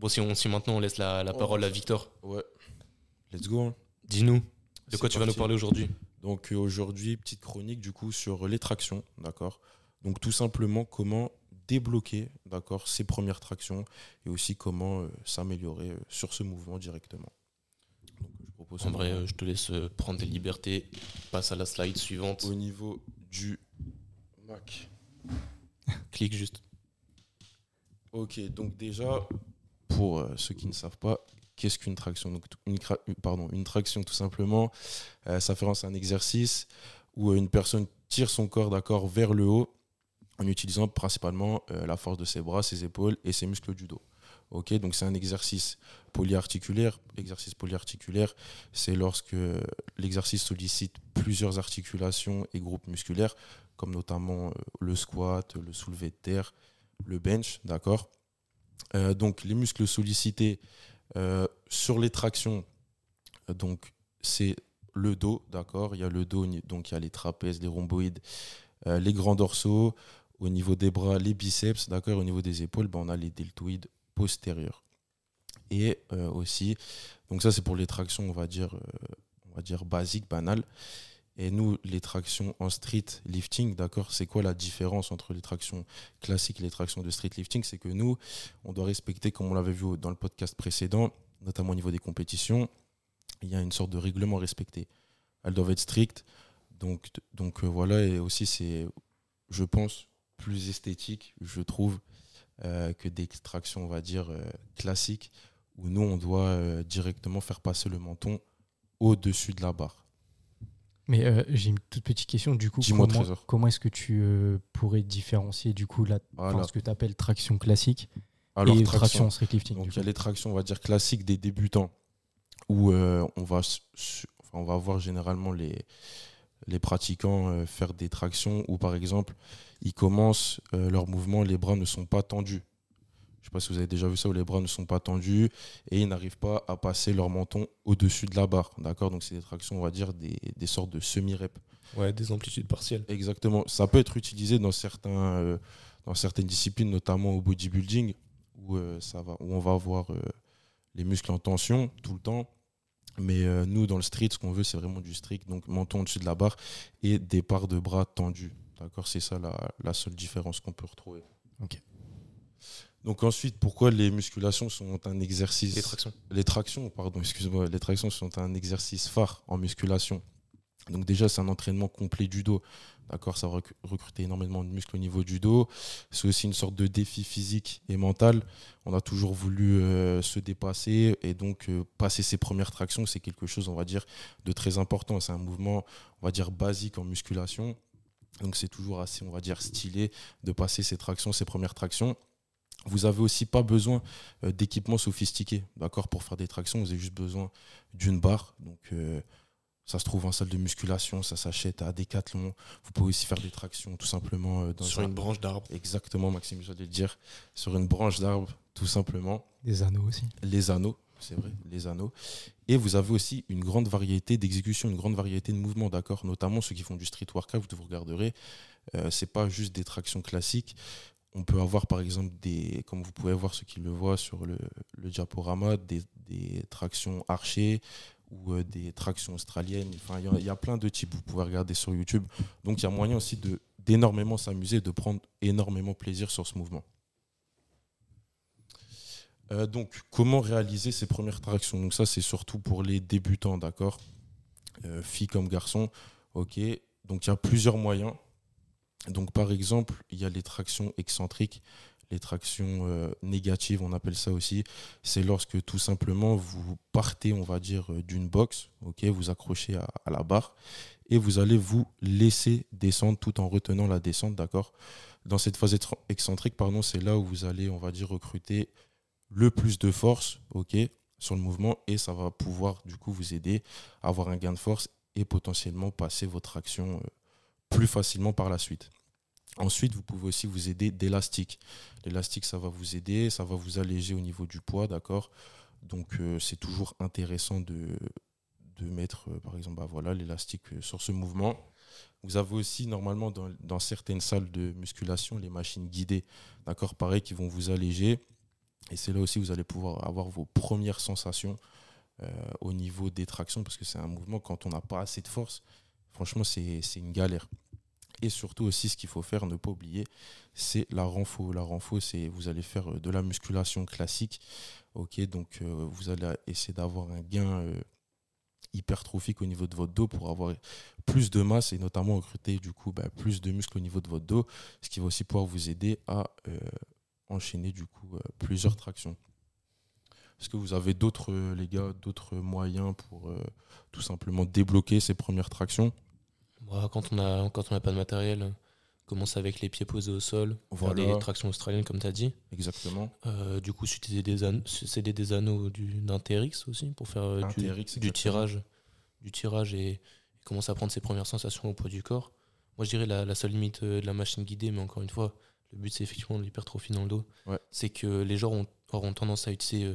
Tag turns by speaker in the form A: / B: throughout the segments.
A: Bon, si maintenant on laisse la parole à Victor.
B: Ouais, let's go. Hein.
A: Dis-nous, de quoi
B: C'est
A: tu vas nous
B: parti.
A: parler aujourd'hui?
B: Donc aujourd'hui, petite chronique du coup sur les tractions, d'accord. Donc tout simplement comment débloquer, d'accord, ces premières tractions et aussi comment s'améliorer sur ce mouvement directement. Donc je propose
A: En vrai, je te laisse prendre tes libertés. Passe à la slide suivante.
B: au niveau du Mac.
A: Clique juste.
B: Ok, donc déjà, pour ceux qui ne savent pas, qu'est-ce qu'une traction? Donc, une traction, tout simplement, ça fait référence à un exercice où une personne tire son corps d'accord vers le haut en utilisant principalement la force de ses bras, ses épaules et ses muscles du dos. Ok, donc c'est un exercice polyarticulaire. Exercice polyarticulaire, c'est lorsque l'exercice sollicite plusieurs articulations et groupes musculaires, comme notamment le squat, le soulevé de terre, le bench, d'accord. Donc les muscles sollicités sur les tractions, donc c'est le dos, d'accord. Il y a le dos, donc il y a les trapèzes, les rhomboïdes, les grands dorsaux. Au niveau des bras, les biceps, d'accord. Au niveau des épaules, on a les deltoïdes postérieurs. Et aussi, donc ça c'est pour les tractions, on va dire basiques, banales. Et nous, les tractions en street lifting, d'accord, c'est quoi la différence entre les tractions classiques et les tractions de street lifting? C'est que nous, on doit respecter, comme on l'avait vu dans le podcast précédent, notamment au niveau des compétitions, il y a une sorte de règlement respecté. Elles doivent être strictes. Donc voilà, et aussi c'est, je pense, plus esthétique, je trouve, que des tractions, on va dire, classiques, où nous, on doit directement faire passer le menton au-dessus de la barre.
C: Mais j'ai une toute petite question. Du coup,
B: Dis-moi, Trésor.
C: comment est-ce que tu pourrais différencier du coup
B: Voilà.
C: ce que tu appelles traction classique
B: Alors,
C: et
B: traction,
C: traction street lifting?
B: donc
C: Du
B: il y a
C: coup.
B: les tractions, on va dire, classiques des débutants, où on va voir généralement les pratiquants faire des tractions où, par exemple, ils commencent leur mouvement, les bras ne sont pas tendus. Je ne sais pas si vous avez déjà vu ça, où les bras ne sont pas tendus et ils n'arrivent pas à passer leur menton au-dessus de la barre. D'accord. Donc, c'est des tractions, on va dire, des sortes de semi-reps.
A: Ouais, des amplitudes partielles.
B: Exactement. Ça peut être utilisé dans certaines disciplines, notamment au bodybuilding, où on va avoir les muscles en tension tout le temps. Mais nous, dans le street, ce qu'on veut, c'est vraiment du strict. Donc, menton au-dessus de la barre et départ de bras tendus. D'accord, c'est ça la seule différence qu'on peut retrouver.
C: Ok.
B: Donc ensuite, pourquoi les musculations sont un exercice...
A: Les tractions.
B: Les tractions sont un exercice phare en musculation. Donc déjà, c'est un entraînement complet du dos. D'accord, ça va recruter énormément de muscles au niveau du dos. C'est aussi une sorte de défi physique et mental. On a toujours voulu se dépasser et donc passer ses premières tractions, c'est quelque chose, on va dire, de très important. C'est un mouvement, on va dire, basique en musculation. Donc c'est toujours assez, on va dire, stylé de passer ces premières tractions. Vous n'avez aussi pas besoin d'équipements sophistiqués, d'accord, pour faire des tractions. Vous avez juste besoin d'une barre. Donc ça se trouve en salle de musculation, ça s'achète à Decathlon. Vous pouvez aussi faire des tractions tout simplement
A: sur une branche d'arbre.
B: Exactement, Maxime, j'allais le dire. Sur une branche d'arbre, tout simplement.
C: Des anneaux aussi.
B: Les anneaux, c'est vrai, les anneaux. Et vous avez aussi une grande variété d'exécutions, une grande variété de mouvements, d'accord. Notamment ceux qui font du street workout, vous regarderez, c'est pas juste des tractions classiques. On peut avoir par exemple comme vous pouvez voir ceux qui le voient sur le diaporama, des tractions archées ou des tractions australiennes. Enfin, il y a plein de types, vous pouvez regarder sur YouTube. Donc il y a moyen aussi d'énormément s'amuser, de prendre énormément plaisir sur ce mouvement. Donc comment réaliser ces premières tractions? Donc ça c'est surtout pour les débutants, d'accord, filles comme garçons. Ok, donc il y a plusieurs moyens. Donc par exemple, il y a les tractions excentriques, les tractions négatives, on appelle ça aussi. C'est lorsque tout simplement vous partez, on va dire, d'une box, ok, vous accrochez à la barre et vous allez vous laisser descendre tout en retenant la descente, d'accord. Dans cette phase excentrique, c'est là où vous allez, on va dire, recruter le plus de force, ok, sur le mouvement et ça va pouvoir du coup vous aider à avoir un gain de force et potentiellement passer votre traction plus facilement par la suite. Ensuite, vous pouvez aussi vous aider d'élastique. L'élastique, ça va vous aider, ça va vous alléger au niveau du poids, d'accord. Donc, c'est toujours intéressant de mettre, par exemple, l'élastique sur ce mouvement. Vous avez aussi, normalement, dans certaines salles de musculation, les machines guidées, d'accord, pareil, qui vont vous alléger Et c'est là aussi où vous allez pouvoir avoir vos premières sensations au niveau des tractions, parce que c'est un mouvement, quand on n'a pas assez de force, franchement, c'est une galère. Et surtout aussi, ce qu'il faut faire, ne pas oublier, c'est la renfo. La renfo, c'est vous allez faire de la musculation classique. Ok, donc vous allez essayer d'avoir un gain hypertrophique au niveau de votre dos pour avoir plus de masse et notamment recruter du coup plus de muscles au niveau de votre dos, ce qui va aussi pouvoir vous aider à enchaîner du coup plusieurs tractions. Est-ce que vous avez d'autres, les gars, d'autres moyens pour tout simplement débloquer ces premières tractions?
A: Moi, quand on a pas de matériel, commence avec les pieds posés au sol, faire
B: Voilà.
A: des tractions australiennes comme tu as dit.
B: Exactement.
A: Du coup, utiliser des anneaux d'un TRX aussi pour faire
B: Un TRX,
A: du
B: exactement.
A: tirage et commencer à prendre ses premières sensations au poids du corps. Moi, je dirais la seule limite de la machine guidée, mais encore une fois, le but c'est effectivement de l'hypertrophie dans le dos.
B: Ouais.
A: C'est que les gens auront tendance à utiliser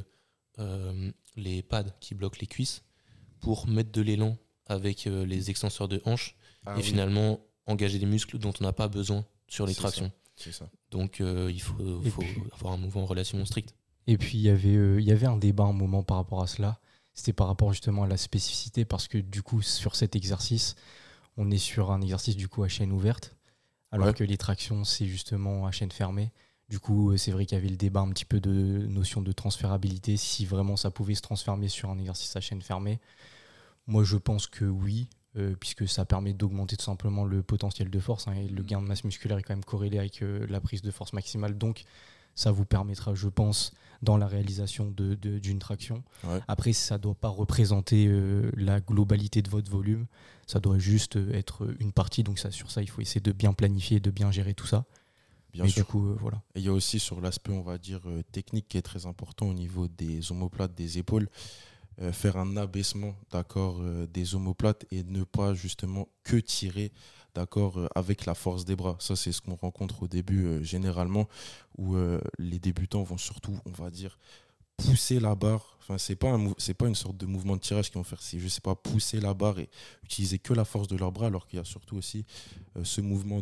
A: les pads qui bloquent les cuisses pour mettre de l'élan avec les extenseurs de hanches
B: Ah
A: et
B: oui,
A: finalement engager des muscles dont on n'a pas besoin sur les
B: C'est
A: tractions.
B: c'est ça.
A: Donc il faut avoir un mouvement relativement strict.
C: Et puis il y avait un débat un moment par rapport à cela. C'était par rapport justement à la spécificité, parce que du coup sur cet exercice, on est sur un exercice du coup à chaîne ouverte, alors
B: Ouais.
C: que les tractions c'est justement à chaîne fermée. Du coup c'est vrai qu'il y avait le débat un petit peu de notion de transférabilité, si vraiment ça pouvait se transformer sur un exercice à chaîne fermée. Moi je pense que oui, puisque ça permet d'augmenter tout simplement le potentiel de force, hein, et le gain de masse musculaire est quand même corrélé avec la prise de force maximale, donc ça vous permettra, je pense, dans la réalisation d'une traction.
B: Ouais.
C: Après, ça ne doit pas représenter la globalité de votre volume, ça doit juste être une partie, donc ça, sur ça, il faut essayer de bien planifier, de bien gérer tout ça.
B: Bien
C: Mais
B: sûr.
C: du coup, voilà.
B: Et il y a aussi sur l'aspect, on va dire, technique qui est très important au niveau des omoplates, des épaules. Faire un abaissement, d'accord, des omoplates et ne pas justement que tirer, d'accord, avec la force des bras. Ça, c'est ce qu'on rencontre au début généralement, où les débutants vont surtout, on va dire, pousser la barre. Enfin, c'est pas une sorte de mouvement de tirage qu'ils vont faire, c'est, je sais pas, pousser la barre et utiliser que la force de leurs bras, alors qu'il y a surtout aussi ce mouvement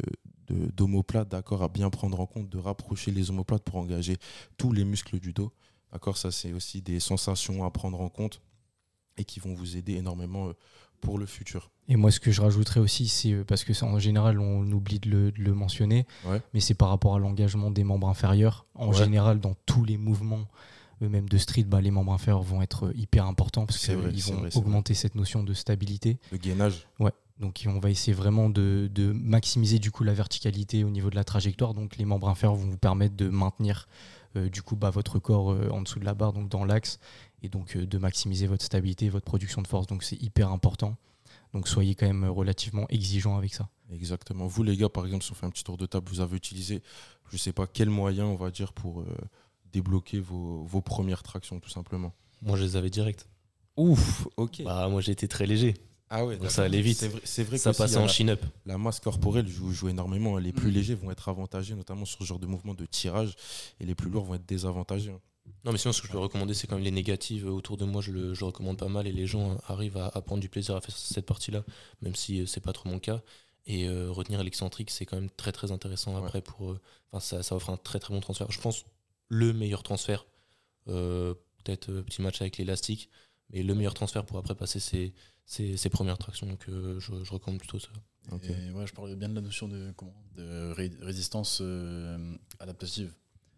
B: d'omoplate, d'accord, à bien prendre en compte, de rapprocher les omoplates pour engager tous les muscles du dos. D'accord, ça c'est aussi des sensations à prendre en compte et qui vont vous aider énormément pour le futur.
C: Et moi, ce que je rajouterais aussi, c'est parce que ça, en général, on oublie de le mentionner,
B: Ouais.
C: mais c'est par rapport à l'engagement des membres inférieurs. En
B: Ouais.
C: général, dans tous les mouvements, même de street, les membres inférieurs vont être hyper importants parce
B: C'est vrai,
C: qu'ils
B: c'est
C: vont
B: vrai, c'est
C: augmenter cette notion de stabilité.
B: Le gainage.
C: Ouais. Donc on va essayer vraiment de maximiser du coup la verticalité au niveau de la trajectoire. Donc les membres inférieurs vont vous permettre de maintenir du coup votre corps en dessous de la barre, donc dans l'axe, et donc de maximiser votre stabilité, votre production de force. Donc c'est hyper important. Donc soyez quand même relativement exigeants avec ça.
B: Exactement. Vous les gars, par exemple, si on fait un petit tour de table, vous avez utilisé, je sais pas, quel moyen, on va dire, pour débloquer vos premières tractions, tout simplement?
A: Moi, je les avais direct.
B: Ouf, ok.
A: Moi, j'ai été très léger.
B: Ah ouais,
A: Donc
B: d'accord.
A: ça allait vite.
B: C'est vrai
A: Ça
B: qu'aussi,
A: passait
B: il y a
A: en chin-up.
B: la masse corporelle joue énormément. Les plus légers vont être avantagés, notamment sur ce genre de mouvement de tirage, et les plus lourds vont être désavantagés.
A: Non, mais sinon, ce que je peux recommander, c'est quand même les négatives. Autour de moi, je le recommande pas mal et les gens arrivent à prendre du plaisir à faire cette partie-là, même si c'est pas trop mon cas. Et retenir l'excentrique, c'est quand même très très intéressant après pour. Ça offre un très très bon transfert. Je pense le meilleur transfert. Peut-être petit match avec l'élastique, mais le meilleur transfert pour après passer ses premières tractions. Donc je recommande plutôt ça.
B: Ok.
D: Et ouais, je parlais bien de la notion de résistance adaptative.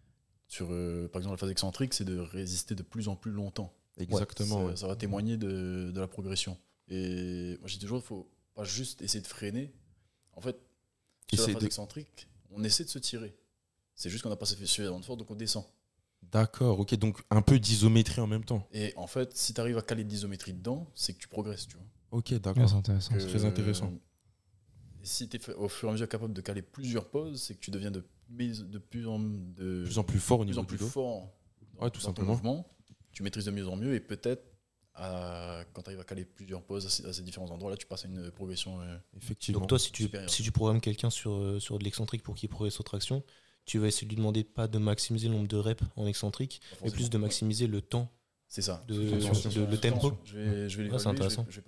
D: Par exemple, la phase excentrique, c'est de résister de plus en plus longtemps.
B: Exactement.
D: Ça va témoigner de la progression. Et moi, je dis toujours, il ne faut pas juste essayer de freiner. En fait, sur la phase excentrique, on essaie de se tirer. C'est juste qu'on n'a pas suffisamment de force, donc on descend.
B: D'accord, ok, donc un peu d'isométrie en même temps.
D: Et en fait, si tu arrives à caler de l'isométrie dedans, c'est que tu progresses, tu vois.
B: Ok, d'accord.
C: C'est intéressant.
B: C'est très intéressant.
D: Et si tu es au fur et à mesure capable de caler plusieurs pauses, c'est que tu deviens de plus en
B: plus fort au
D: plus
B: niveau
D: en
B: du
D: plus
B: dos.
D: fort
B: Ouais, tout
D: dans ton
B: simplement.
D: mouvement. Tu maîtrises de mieux en mieux et peut-être quand tu arrives à caler plusieurs pauses à ces différents endroits, là, tu passes à une progression.
B: Effectivement.
A: Donc toi, si tu
D: supérieur.
A: programmes quelqu'un sur de l'excentrique pour qu'il progresse aux tractions, tu vas essayer de lui demander pas de maximiser le nombre de reps en excentrique, mais plus de maximiser le temps.
D: C'est ça.
A: Le tempo.
D: Je vais l'évaluer,
A: c'est intéressant.
D: je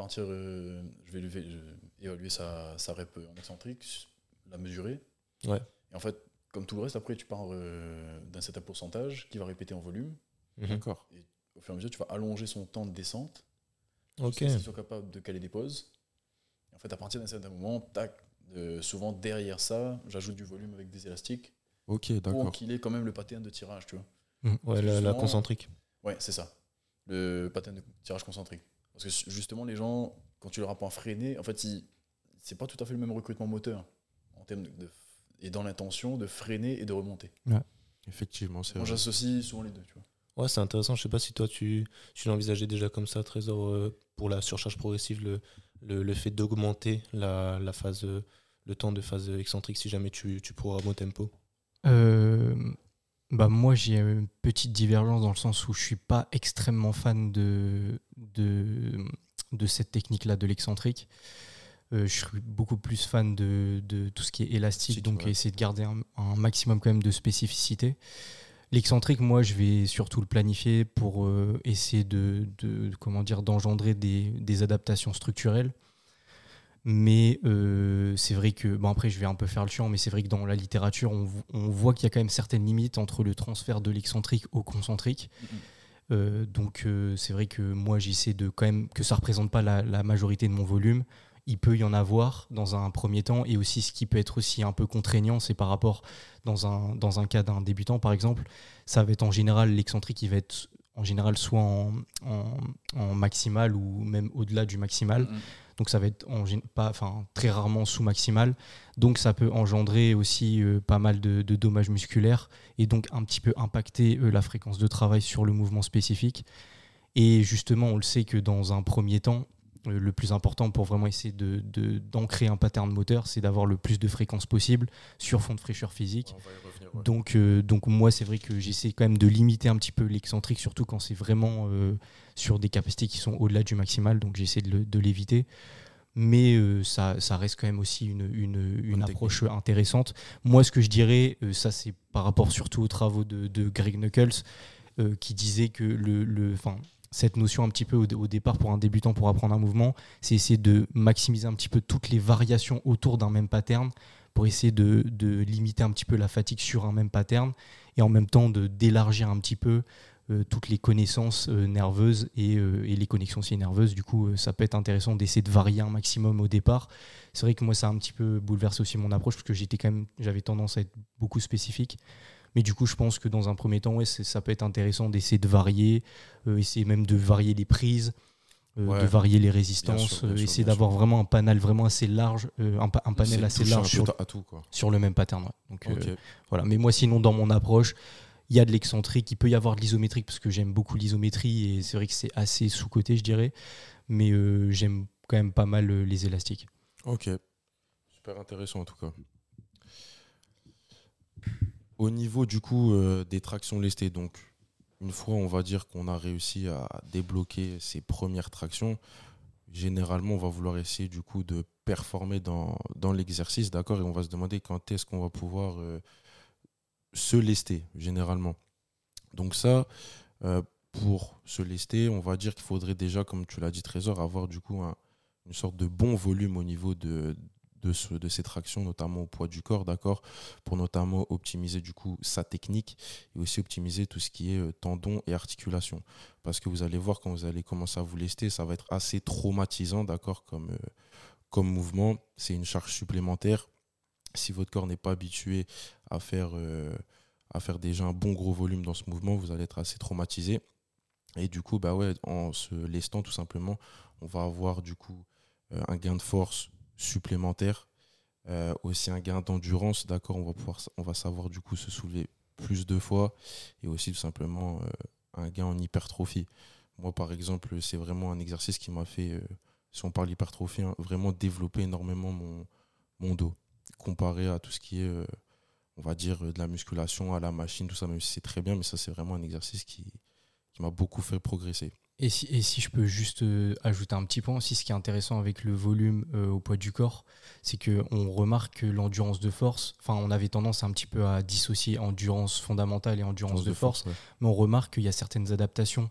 D: vais évaluer sa rep en excentrique, la mesurer.
A: Ouais.
D: Et en fait, comme tout le reste, après, tu pars d'un certain pourcentage qui va répéter en volume.
B: D'accord.
D: Et au fur et à mesure, tu vas allonger son temps de descente.
A: Ok.
D: Qu'il soit capable de caler des pauses. Et en fait, à partir d'un certain moment, tac, souvent derrière ça, j'ajoute du volume avec des élastiques.
B: Ok, d'accord.
D: Pour qu'il ait quand même le pattern de tirage, tu vois.
A: Ouais, la concentrique.
D: Ouais, c'est ça. Le pattern de tirage concentrique. Parce que justement, les gens, quand tu leur apprends à freiner, en fait, c'est pas tout à fait le même recrutement moteur. En termes et dans l'intention de freiner et de remonter.
C: Ouais.
B: Effectivement, c'est
D: Moi,
B: vrai.
D: j'associe souvent les deux, tu vois.
A: Ouais, c'est intéressant. Je sais pas si toi, tu l'envisageais déjà comme ça, Trésor, pour la surcharge progressive, le fait d'augmenter la phase, le temps de phase excentrique si jamais tu programmes au tempo.
C: Moi, j'ai une petite divergence dans le sens où je suis pas extrêmement fan de cette technique-là de l'excentrique. Je suis beaucoup plus fan de tout ce qui est élastique, donc essayer de garder un maximum quand même de spécificité. L'excentrique, moi, je vais surtout le planifier pour essayer d'engendrer des adaptations structurelles. Mais c'est vrai que, après je vais un peu faire le chiant, mais c'est vrai que dans la littérature, on voit qu'il y a quand même certaines limites entre le transfert de l'excentrique au concentrique. Donc c'est vrai que moi j'essaie de quand même que ça ne représente pas la majorité de mon volume. Il peut y en avoir dans un premier temps, et aussi ce qui peut être aussi un peu contraignant, c'est par rapport dans un cas d'un débutant par exemple, ça va être en général l'excentrique qui va être en général soit en maximal ou même au-delà du maximal. Donc ça va être très rarement sous-maximal. Donc ça peut engendrer aussi pas mal de dommages musculaires et donc un petit peu impacter la fréquence de travail sur le mouvement spécifique. Et justement, on le sait que dans un premier temps, le plus important pour vraiment essayer d'ancrer un pattern moteur, c'est d'avoir le plus de fréquences possible sur fond de fraîcheur physique.
B: On va y revenir, ouais.
C: Donc moi, c'est vrai que j'essaie quand même de limiter un petit peu l'excentrique, surtout quand c'est vraiment sur des capacités qui sont au-delà du maximal, donc j'essaie de l'éviter. Mais ça reste quand même aussi une approche intéressante. Moi, ce que je dirais, ça c'est par rapport surtout aux travaux de Greg Nuckols, qui disait que cette notion un petit peu au départ pour un débutant pour apprendre un mouvement, c'est essayer de maximiser un petit peu toutes les variations autour d'un même pattern pour essayer de limiter un petit peu la fatigue sur un même pattern et en même temps d'élargir un petit peu toutes les connaissances nerveuses et les connexions aussi nerveuses. Du coup, ça peut être intéressant d'essayer de varier un maximum au départ. C'est vrai que moi, ça a un petit peu bouleversé aussi mon approche parce que j'avais tendance à être beaucoup spécifique. Mais du coup, je pense que dans un premier temps, ouais, ça peut être intéressant d'essayer de varier, essayer même de varier les prises, de varier les résistances, essayer d'avoir vraiment un panel vraiment assez large, un panel assez large sur le même pattern. Ouais. Donc, voilà. Mais moi, sinon, dans mon approche, il y a de l'excentrique, il peut y avoir de l'isométrique parce que j'aime beaucoup l'isométrie et c'est vrai que c'est assez sous-coté, je dirais. Mais j'aime quand même pas mal les élastiques.
B: Ok, super intéressant en tout cas. Au niveau du coup des tractions lestées, donc une fois on va dire qu'on a réussi à débloquer ces premières tractions, généralement on va vouloir essayer du coup de performer dans l'exercice, d'accord, et on va se demander quand est-ce qu'on va pouvoir se lester généralement. Donc ça, pour se lester, on va dire qu'il faudrait déjà, comme tu l'as dit Trésor, avoir du coup une sorte de bon volume au niveau de ces tractions, notamment au poids du corps, d'accord, pour notamment optimiser du coup sa technique et aussi optimiser tout ce qui est tendons et articulations. Parce que vous allez voir, quand vous allez commencer à vous lester, ça va être assez traumatisant, d'accord, comme mouvement. C'est une charge supplémentaire. Si votre corps n'est pas habitué à faire déjà un bon gros volume dans ce mouvement, vous allez être assez traumatisé. Et du coup, en se lestant tout simplement, on va avoir du coup un gain de force supplémentaire, aussi un gain d'endurance, d'accord, on va savoir du coup se soulever plus de fois et aussi tout simplement un gain en hypertrophie. Moi par exemple, c'est vraiment un exercice qui m'a fait, si on parle hypertrophie, vraiment développer énormément mon dos, comparé à tout ce qui est on va dire de la musculation à la machine, tout ça, même si c'est très bien, mais ça c'est vraiment un exercice qui m'a beaucoup fait progresser.
C: Et si je peux juste ajouter un petit point aussi, ce qui est intéressant avec le volume au poids du corps, c'est qu'on remarque que l'endurance de force, on avait tendance un petit peu à dissocier endurance fondamentale et endurance de force, ouais. Mais on remarque qu'il y a certaines adaptations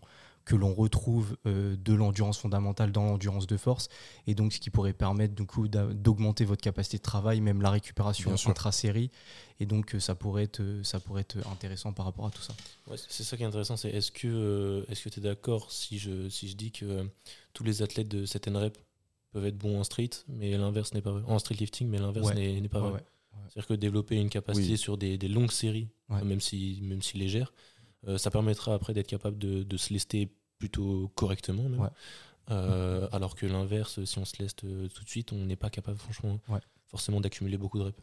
C: que l'on retrouve de l'endurance fondamentale dans l'endurance de force, et donc ce qui pourrait permettre du coup d'augmenter votre capacité de travail, même la récupération intra-série, et donc ça pourrait être intéressant par rapport à tout ça.
A: Ouais, c'est ça qui est intéressant, c'est est-ce que tu es d'accord si je dis que tous les athlètes de cette NREP peuvent être bons en street, mais l'inverse n'est pas vrai. En street lifting, mais l'inverse n'est pas vrai. C'est-à-dire que développer une capacité sur des longues séries, même si légères, ça permettra après d'être capable de se lester plutôt correctement même. Alors que l'inverse, si on se leste tout de suite, on n'est pas capable franchement forcément d'accumuler beaucoup de reps.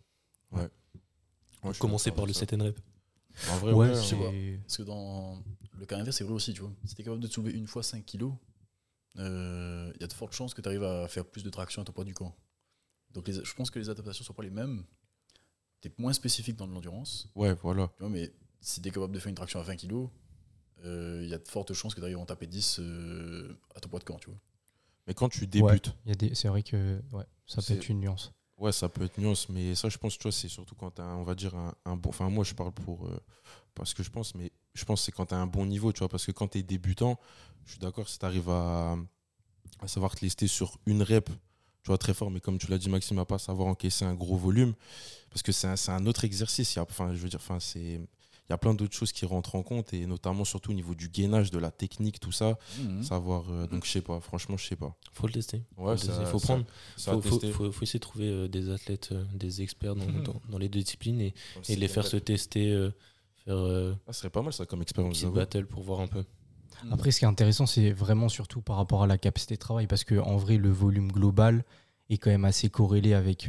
A: Commencer par le 7N rep.
B: En vrai,
D: je sais pas. Parce que dans le cas inverse, c'est vrai aussi, tu vois. Si t'es capable de te soulever une fois 5 kilos, y a de fortes chances que tu arrives à faire plus de traction à ton poids du corps. Donc je pense que les adaptations sont pas les mêmes. T'es moins spécifique dans l'endurance.
B: Ouais, voilà.
D: Tu vois, mais si t'es capable de faire une traction à 20 kg, y a de fortes chances que tu arrives à en taper 10 à ton poids de corps, tu vois.
B: Mais quand tu débutes...
C: c'est vrai que ça peut être une nuance.
B: Ouais, ça peut être nuance, mais ça, je pense, tu vois, c'est surtout quand tu as, on va dire, un bon... Enfin, moi, je parle pour... parce que je pense, mais je pense que c'est quand tu as un bon niveau, tu vois, parce que quand tu es débutant, je suis d'accord, si tu arrives à savoir te lester sur une rep, tu vois, très fort, mais comme tu l'as dit, Maxime, à pas savoir encaisser un gros volume, parce que c'est un autre exercice. Enfin, je veux dire, il y a plein d'autres choses qui rentrent en compte, et notamment surtout au niveau du gainage, de la technique, tout ça. Savoir. Donc, je sais pas, franchement, je sais pas.
A: Faut le tester.
B: Ouais,
A: il faut prendre. Faut essayer de trouver des athlètes, des experts dans les deux disciplines et les faire se tester.
B: Ça serait pas mal, ça, comme expérience.
A: Petit battle pour voir un peu.
C: Après, ce qui est intéressant, c'est vraiment surtout par rapport à la capacité de travail, parce qu'en vrai, le volume global est quand même assez corrélé avec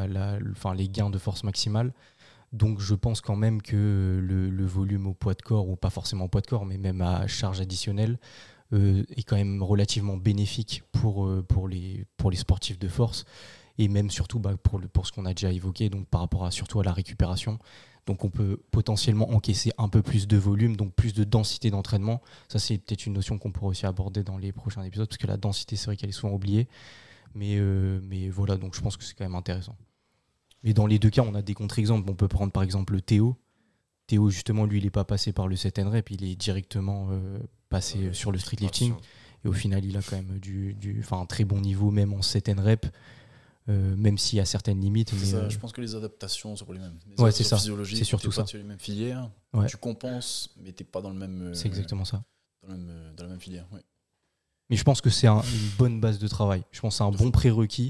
C: les gains de force maximale. Donc je pense quand même que le volume au poids de corps, ou pas forcément au poids de corps, mais même à charge additionnelle, est quand même relativement bénéfique pour les sportifs de force, et même surtout pour ce qu'on a déjà évoqué, donc par rapport surtout à la récupération. Donc on peut potentiellement encaisser un peu plus de volume, donc plus de densité d'entraînement. Ça, c'est peut-être une notion qu'on pourra aussi aborder dans les prochains épisodes, parce que la densité, c'est vrai qu'elle est souvent oubliée. Mais voilà, donc je pense que c'est quand même intéressant. Mais dans les deux cas, on a des contre-exemples. On peut prendre par exemple Théo. Théo, justement, lui, il n'est pas passé par le 7N rep, il est directement passé sur le street lifting. Et au final, il a quand même un très bon niveau, même en 7N rep. Même s'il y a certaines limites. Mais
D: ça, je pense que les adaptations sont pas les mêmes.
C: C'est ça. C'est surtout ça.
D: Pas sur les mêmes filières. Tu compenses, mais t'es pas dans le même.
C: C'est exactement ça.
D: Dans la même filière. Ouais.
C: Mais je pense que c'est une bonne base de travail. Je pense que c'est un bon prérequis,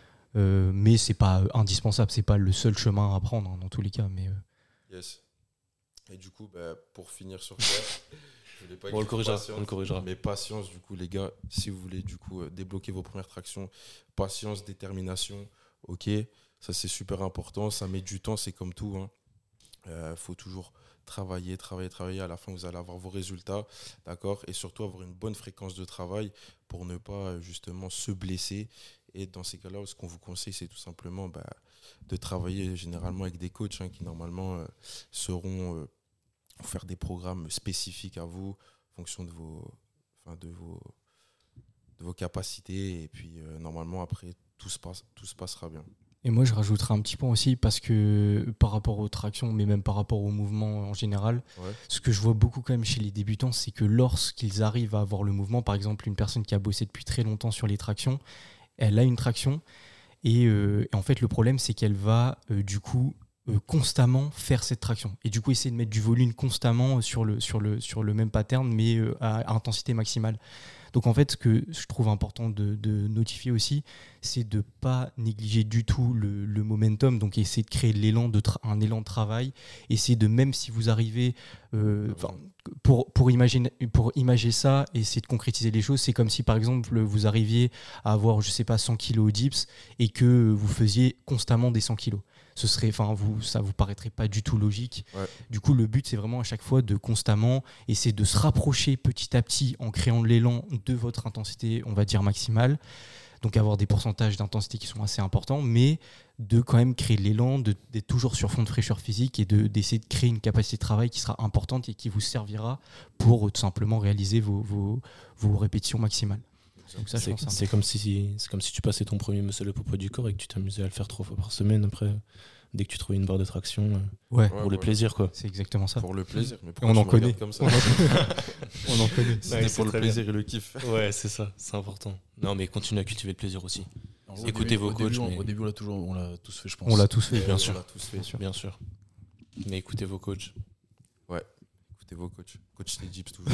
C: mais c'est pas indispensable. C'est pas le seul chemin à prendre dans tous les cas. Mais
B: Yes. Et du coup, pour finir sur ça.
A: On le corrigera.
B: Mais patience, du coup, les gars, si vous voulez du coup débloquer vos premières tractions, patience, détermination, ok, ça c'est super important, ça met du temps, c'est comme tout. Faut toujours travailler. À la fin, vous allez avoir vos résultats, d'accord, et surtout avoir une bonne fréquence de travail pour ne pas justement se blesser. Et dans ces cas-là, ce qu'on vous conseille, c'est tout simplement de travailler généralement avec des coachs qui normalement seront faire des programmes spécifiques à vous en fonction de vos capacités, et puis normalement après tout se passera bien.
C: Et moi je rajouterai un petit point aussi, parce que par rapport aux tractions, mais même par rapport au mouvement en général, ce que je vois beaucoup quand même chez les débutants, c'est que lorsqu'ils arrivent à avoir le mouvement, par exemple une personne qui a bossé depuis très longtemps sur les tractions, elle a une traction, et en fait le problème c'est qu'elle va du coup constamment faire cette traction, et du coup essayer de mettre du volume constamment sur le même pattern, mais à intensité maximale. Donc en fait, ce que je trouve important de notifier aussi, c'est de ne pas négliger du tout le momentum, donc essayer de créer un élan de travail, essayer de, même si vous arrivez, pour imaginer ça, essayer de concrétiser les choses, c'est comme si par exemple vous arriviez à avoir, je sais pas, 100 kg au dips, et que vous faisiez constamment des 100 kg. Ça vous paraîtrait pas du tout logique. Du coup, le but, c'est vraiment à chaque fois de constamment essayer de se rapprocher petit à petit en créant de l'élan de votre intensité, on va dire maximale. Donc avoir des pourcentages d'intensité qui sont assez importants, mais de quand même créer de l'élan, d'être toujours sur fond de fraîcheur physique, et d'essayer de créer une capacité de travail qui sera importante et qui vous servira pour tout simplement réaliser vos répétitions maximales. Donc ça,
A: c'est comme si tu passais ton premier muscle up au poids du corps et que tu t'amusais à le faire 3 fois par semaine. Après, dès que tu trouves une barre de traction,
C: Ouais,
A: pour le plaisir, quoi.
C: c'est exactement ça.
B: Pour le plaisir. Mais
C: Et
B: pourquoi
C: on
B: tu
C: en
B: me
C: connaît.
B: regardes comme ça
C: On en connaît.
B: C'était
A: c'est
B: pour le
A: très
B: plaisir et le kiff.
A: Ouais, c'est ça, c'est important. Non, mais continue à cultiver le plaisir aussi.
D: En gros,
A: Écoutez vos
D: au
A: coachs,
D: début,
A: mais-
D: Au début, on l'a tous fait, je pense.
C: On l'a tous fait.
A: Bien sûr.
B: On l'a tous fait.
C: Bien sûr.
A: Bien sûr. Mais écoutez vos coachs.
B: Écoutez vos coachs. Coach les Jeeps toujours.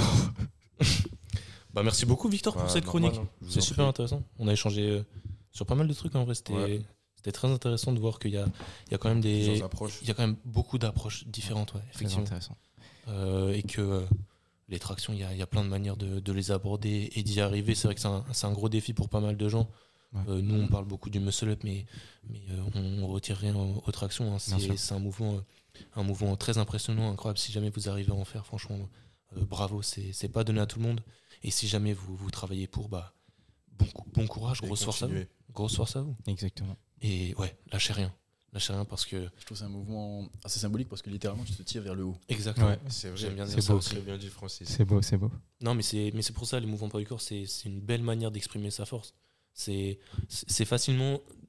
A: Bah, merci beaucoup, Victor, pour
B: Bah,
A: cette
B: normal,
A: chronique.
B: hein. Je vous
A: C'est
B: en
A: super
B: prie.
A: intéressant. On a échangé sur pas mal de trucs, en vrai. C'était très intéressant de voir qu'il y a quand même
B: Plusieurs approches.
A: il y a quand même beaucoup d'approches différentes, ouais,
C: Très
A: effectivement.
C: intéressant.
A: Et que les tractions, il y a plein de manières de les aborder et d'y arriver. C'est vrai que c'est un gros défi pour pas mal de gens.
C: Ouais.
A: Nous, on parle beaucoup du muscle-up, mais on retire rien aux tractions, hein.
C: Bien sûr.
A: C'est un mouvement très impressionnant, incroyable. Si jamais vous arrivez à en faire, franchement, bravo. C'est pas donné à tout le monde. Et si jamais vous travaillez pour, bah, bon courage,
B: Et
A: grosse force à vous.
B: continuez.
A: Grosse force à vous.
C: Exactement.
A: Et ouais, lâchez rien. Lâchez rien parce que.
D: Je trouve que c'est un mouvement assez symbolique parce que littéralement, tu te tires vers le haut.
A: Exactement.
C: Ouais.
B: C'est vrai.
A: J'aime bien
C: C'est
A: dire ça
C: beau.
A: aussi.
B: Très bien dit, Francis.
C: C'est beau, c'est beau.
A: Non, mais c'est pour ça, les mouvements poids du corps, c'est une belle manière d'exprimer sa force. C'est facile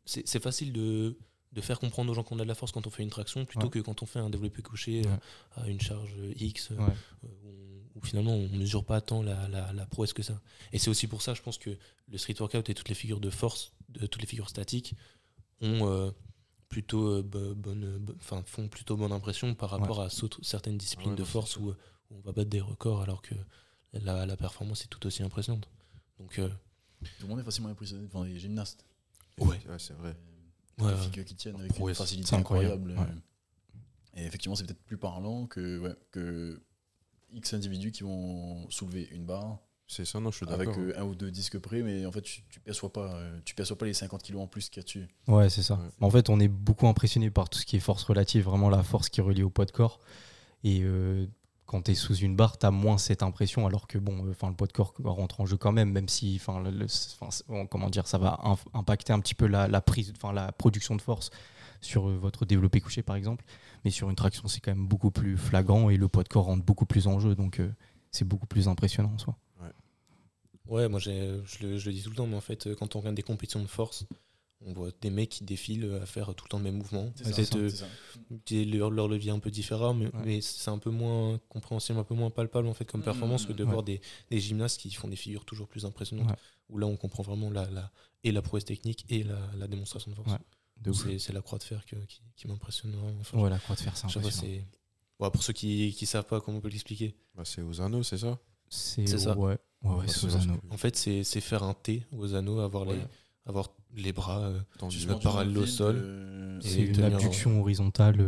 A: de faire comprendre aux gens qu'on a de la force quand on fait une traction plutôt
C: Ouais.
A: que quand on fait un développé couché
C: Ouais.
A: à une charge X
C: Ouais.
A: où finalement on mesure pas tant la prouesse que ça. Et c'est aussi pour ça, je pense que le street workout et toutes les figures de force, toutes les figures statiques ont plutôt font plutôt bonne impression par rapport à certaines disciplines
B: Ouais,
A: de
B: non, c'est
A: force
B: sûr.
A: où on va battre des records alors que la performance est tout aussi impressionnante. Donc
D: Tout le monde est facilement impressionné devant les gymnastes.
A: ouais.
B: C'est vrai.
A: Ouais,
D: Les
A: ouais.
D: figures qui tiennent avec une
B: Prouesse.
D: facilité
C: C'est incroyable,
D: incroyable. Et effectivement, c'est peut-être plus parlant que X individus qui vont soulever une barre
B: C'est ça, non, je suis
D: avec
B: d'accord.
D: un ou deux disques près, mais en fait, tu perçois pas les 50 kilos en plus qu'il y a dessus.
C: Ouais, c'est ça.
B: Ouais.
C: En fait, on est beaucoup impressionné par tout ce qui est force relative, vraiment la force qui est reliée au poids de corps. Et quand tu es sous une barre, tu as moins cette impression, alors que bon, le poids de corps rentre en jeu quand même si comment dire, ça va impacter un petit peu la production de force sur votre développé couché par exemple. Mais sur une traction, c'est quand même beaucoup plus flagrant et le poids de corps rentre beaucoup plus en jeu, donc c'est beaucoup plus impressionnant en soi.
A: Ouais, moi je le dis tout le temps, mais en fait, quand on regarde des compétitions de force, on voit des mecs qui défilent à faire tout le temps le même mouvement.
C: ça,
A: Peut-être
D: c'est ça.
A: leur levier un peu différent, mais,
C: Ouais.
A: mais c'est un peu moins compréhensible, un peu moins palpable en fait comme performance que de
C: Ouais.
A: voir des gymnastes qui font des figures toujours plus impressionnantes,
C: Ouais.
A: où là on comprend vraiment la prouesse technique et la démonstration de force.
C: Ouais. De ouf.
A: C'est la croix de fer qui m'impressionne vraiment. Enfin,
C: Ouais, la croix de fer, c'est
A: je sais pas,
C: impressionnant.
A: ouais, pour ceux qui savent pas comment on peut l'expliquer,
B: Bah, c'est aux anneaux, c'est ça
C: C'est
A: ça.
C: Ouais,
B: Bah,
C: c'est
B: c'est
C: aux
B: ça,
C: anneaux.
A: en fait c'est faire un T aux anneaux, avoir
B: Ouais.
A: les bras
B: Dans
D: Tu
B: du-
D: te mets
A: parallèle
D: dans
A: au
D: le vide,
A: sol.
C: C'est une
A: tenir-
C: abduction horizontale.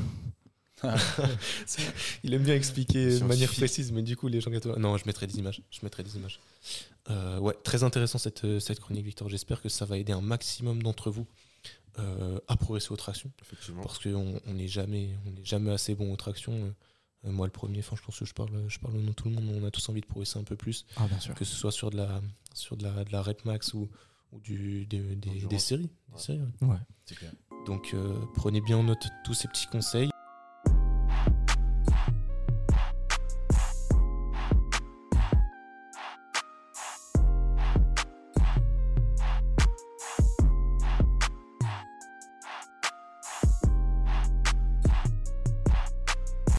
A: Il aime bien expliquer de
B: Scientifique.
A: manière précise, mais du coup, les gens gâteaux. Non, je mettrai des images. Ouais, très intéressant cette chronique, Victor. J'espère que ça va aider un maximum d'entre vous à progresser aux tractions.
B: Effectivement.
A: Parce qu'on n'est jamais assez bon aux tractions. Moi, le premier, je pense que je parle au nom de tout le monde. On a tous envie de progresser un peu plus,
C: Ah, bien sûr.
A: que ce soit sur de la rep max ou des séries.
B: Ouais.
A: Des séries, ouais.
C: Ouais.
D: C'est clair.
A: Donc, prenez bien en note tous ces petits conseils.